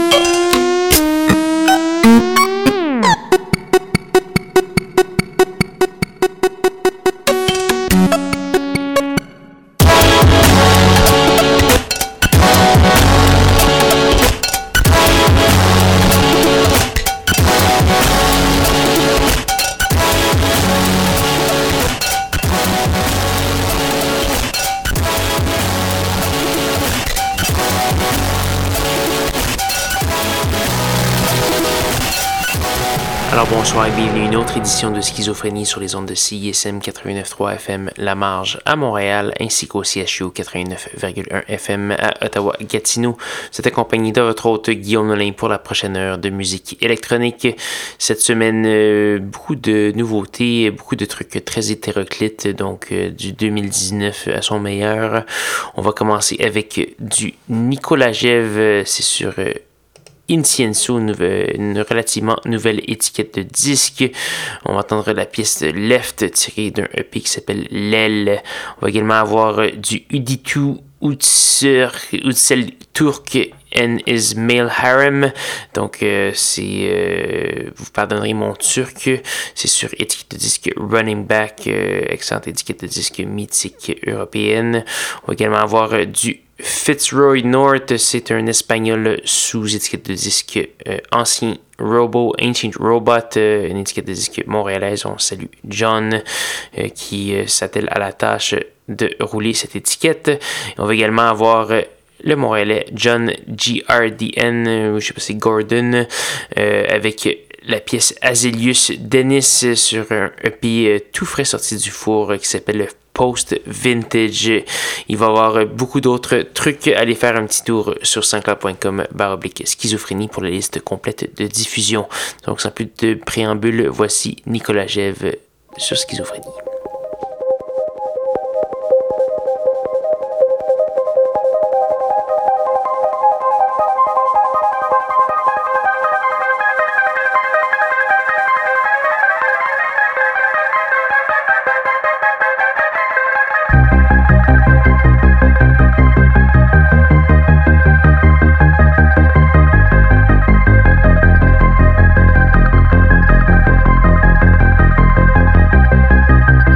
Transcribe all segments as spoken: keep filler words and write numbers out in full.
Alors bonsoir et bienvenue à une autre édition de Schizophrénie sur les ondes de C I S M quatre-vingt-neuf virgule trois F M La Marge à Montréal ainsi qu'au C H U quatre-vingt-neuf virgule un F M à Ottawa-Gatineau. Vous êtes accompagné de votre hôte Guillaume Nolin pour la prochaine heure de musique électronique. Cette semaine, euh, beaucoup de nouveautés, beaucoup de trucs très hétéroclites, donc euh, du deux mille dix-neuf à son meilleur. On va commencer avec du Nicolas Gève, c'est sur... Euh, Incienso, une relativement nouvelle étiquette de disque. On va entendre la pièce Left tirée d'un E P qui s'appelle L'Aile. On va également avoir du Uditu Utsel Turk and his Male Harem. Donc, euh, c'est, euh, vous pardonnerez mon turc, c'est sur étiquette de disque Running Back, euh, excellente étiquette de disque mythique européenne. On va également avoir euh, du Fitzroy North, c'est un espagnol sous étiquette de disque euh, ancien Robo, Ancient Robot, euh, une étiquette de disque montréalaise. On salue John euh, qui euh, s'attelle à la tâche de rouler cette étiquette. Et on va également avoir euh, le Montréalais John G R D N, euh, je sais pas si c'est Gordon, euh, avec la pièce Azelius Dennis sur un E P euh, tout frais sorti du four euh, qui s'appelle Post-Vintage. Il va y avoir beaucoup d'autres trucs. Allez faire un petit tour sur soundcloud point com barre oblique schizophrénie pour la liste complète de diffusion. Donc sans plus de préambule, voici Nicolas Gève sur Schizophrénie. We'll be right back.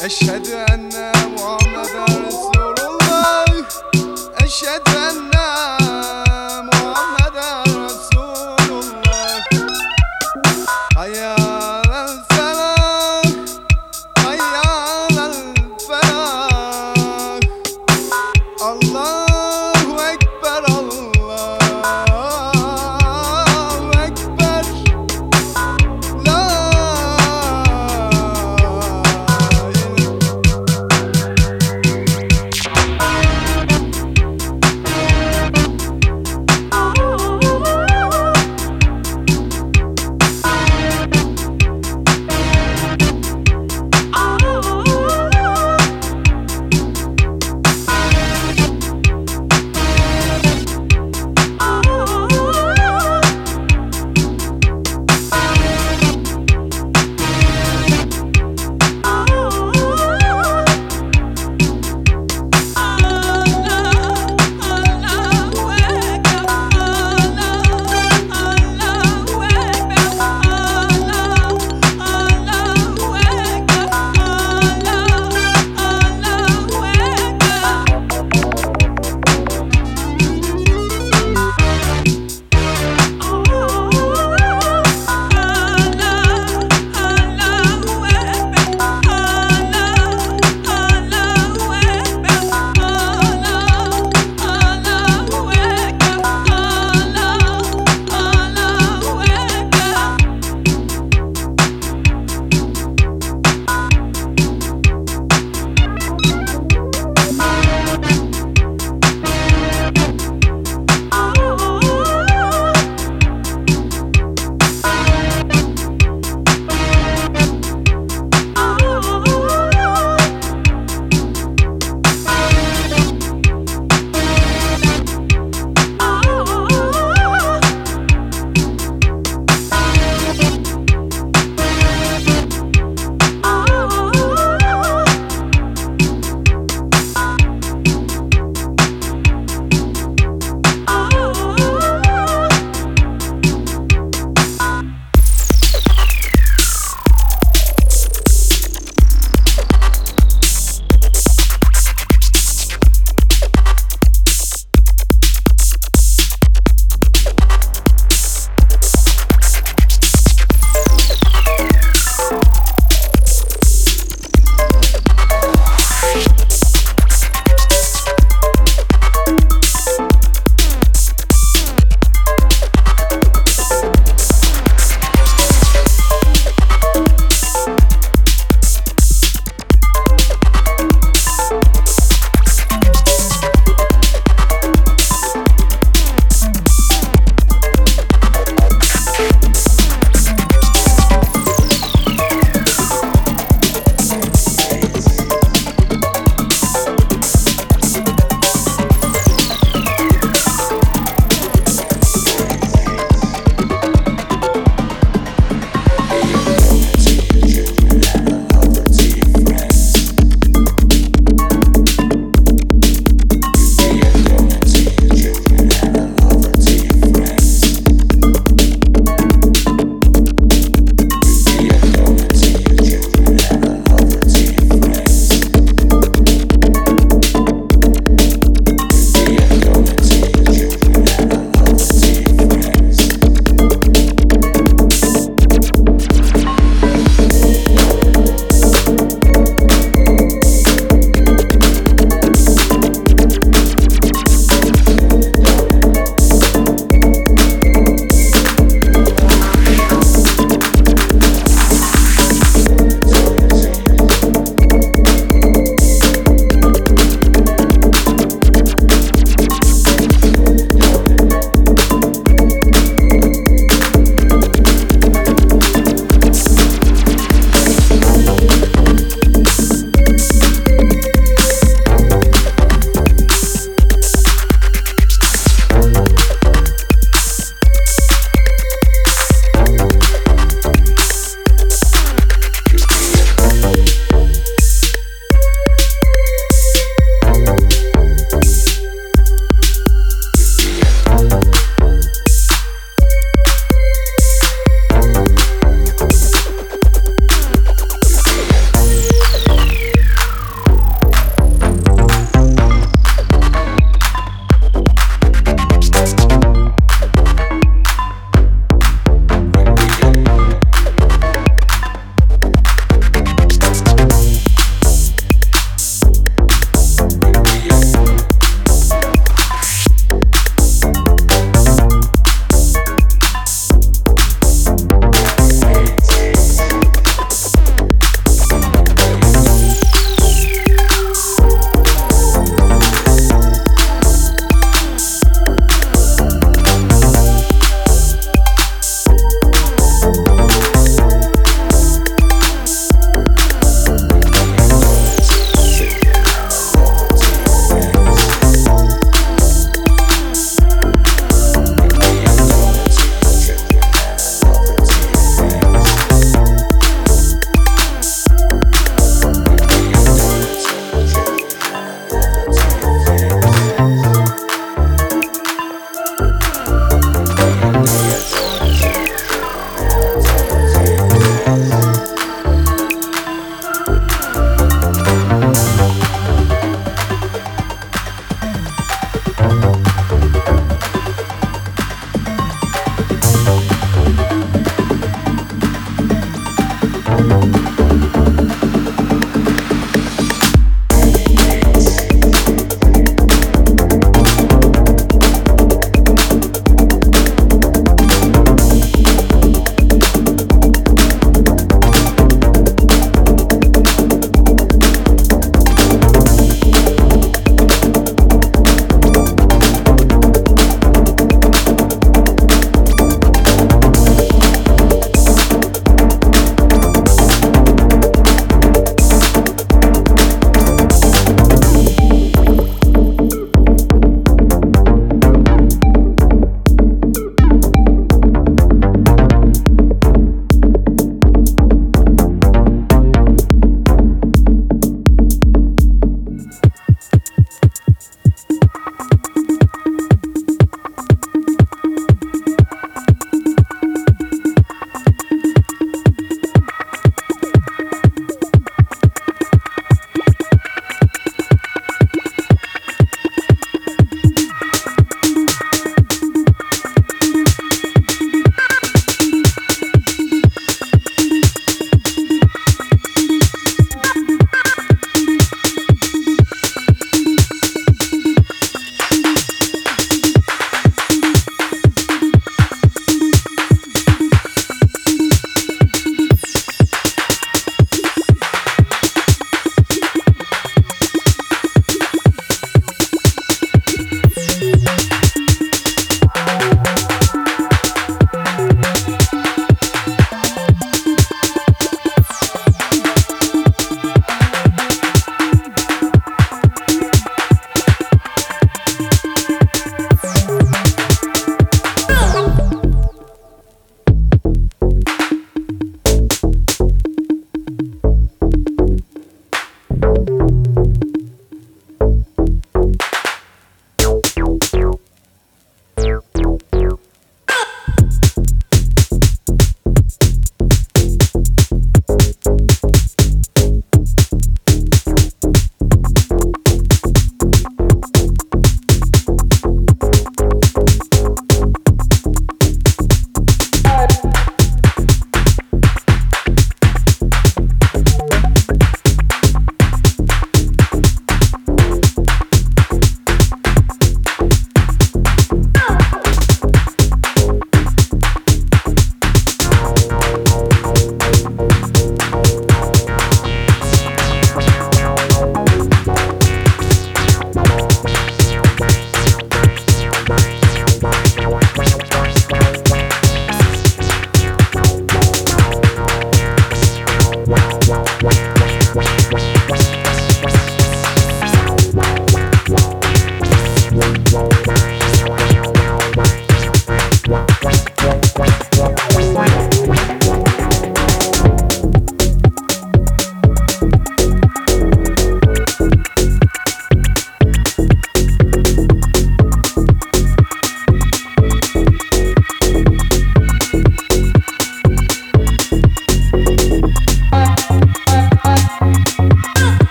أشهد أن محمد رسول الله أشهد أن محمد رسول الله حي على الفلاح حي على الفلاح الله أكبر الله أكبر لا إله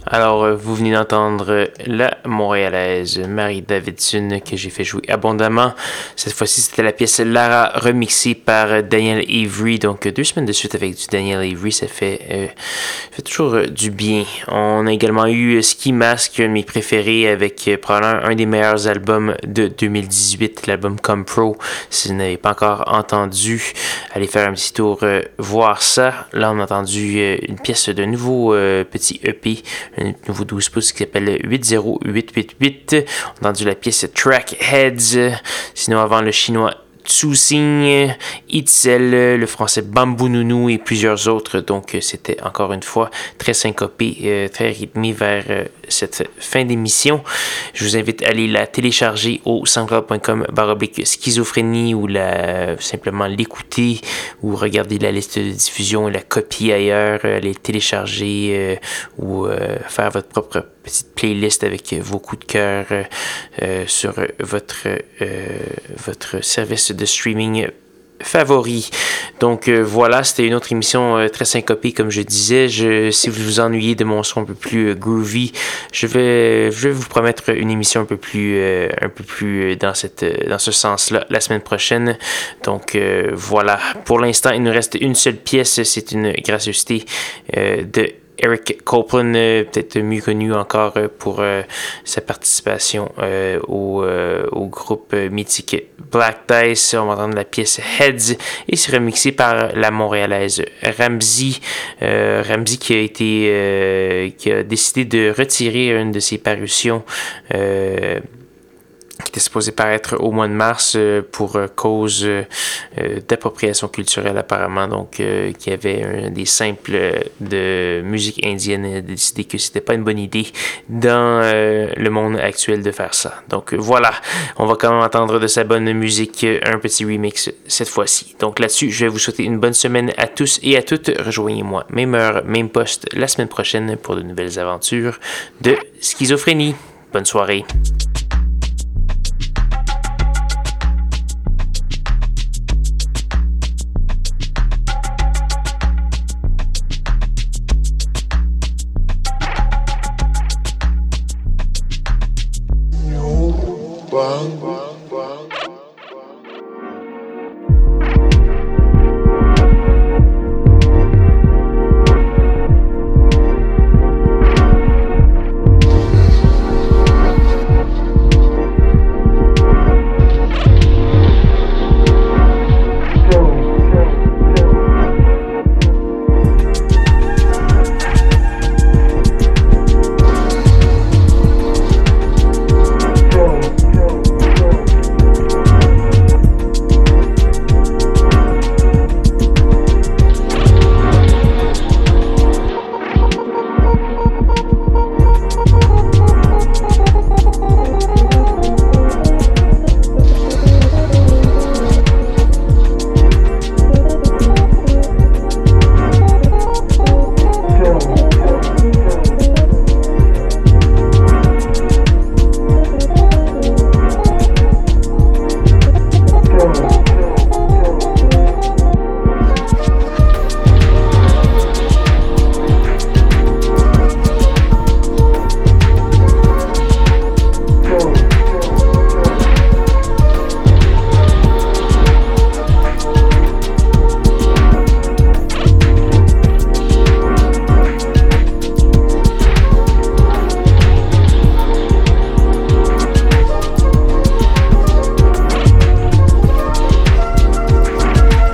Alors, vous venez d'entendre la Montréalaise Marie Davidson que j'ai fait jouer abondamment. Cette fois-ci, c'était la pièce Lara remixée par Daniel Avery. Donc, deux semaines de suite avec du Daniel Avery, ça fait, euh, fait toujours euh, du bien. On a également eu Ski Mask, un de mes préférés, avec euh, probablement un des meilleurs albums de deux mille dix-huit, l'album Come Pro. Si vous n'avez pas encore entendu, allez faire un petit tour euh, voir ça. Là, on a entendu euh, une pièce de nouveau euh, petit E P, un nouveau douze pouces qui s'appelle huit zéro huit huit huit. On a entendu la pièce Track Heads. Sinon, avant, le chinois Tsusing, Itzel, le français Bamboo Nounou et plusieurs autres. Donc, c'était encore une fois très syncopé, euh, très rythmé vers euh, cette fin d'émission. Je vous invite à aller la télécharger au soundcloud point com baroblique schizophrénie ou la, simplement l'écouter ou regarder la liste de diffusion et la copier ailleurs, aller télécharger euh, ou euh, faire votre propre petite playlist avec vos coups de cœur euh, sur votre, euh, votre service de streaming favori. Donc euh, voilà, c'était une autre émission euh, très syncopée, comme je disais. Je, si vous vous ennuyez de mon son un peu plus euh, groovy, je vais, je vais vous promettre une émission un peu plus, euh, un peu plus dans, cette, dans ce sens-là la semaine prochaine. Donc euh, voilà, pour l'instant, il nous reste une seule pièce. C'est une gracieuseté euh, de Eric Copeland, euh, peut-être mieux connu encore euh, pour euh, sa participation euh, au, euh, au groupe euh, mythique Black Dice. On va entendre la pièce Heads et c'est remixé par la Montréalaise Ramsey. Euh, Ramsey qui a été euh, qui a décidé de retirer une de ses parutions euh, qui était supposé paraître au mois de mars euh, pour euh, cause euh, d'appropriation culturelle apparemment, donc euh, qui avait un des simples de musique indienne a décidé que c'était pas une bonne idée dans euh, le monde actuel de faire ça. Donc euh, voilà, on va quand même entendre de sa bonne musique, un petit remix cette fois-ci. Donc là-dessus, je vais vous souhaiter une bonne semaine à tous et à toutes. Rejoignez-moi, même heure, même poste, la semaine prochaine pour de nouvelles aventures de schizophrénie. Bonne soirée. Bang, bang, bang.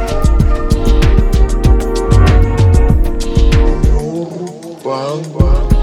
Bang, bang.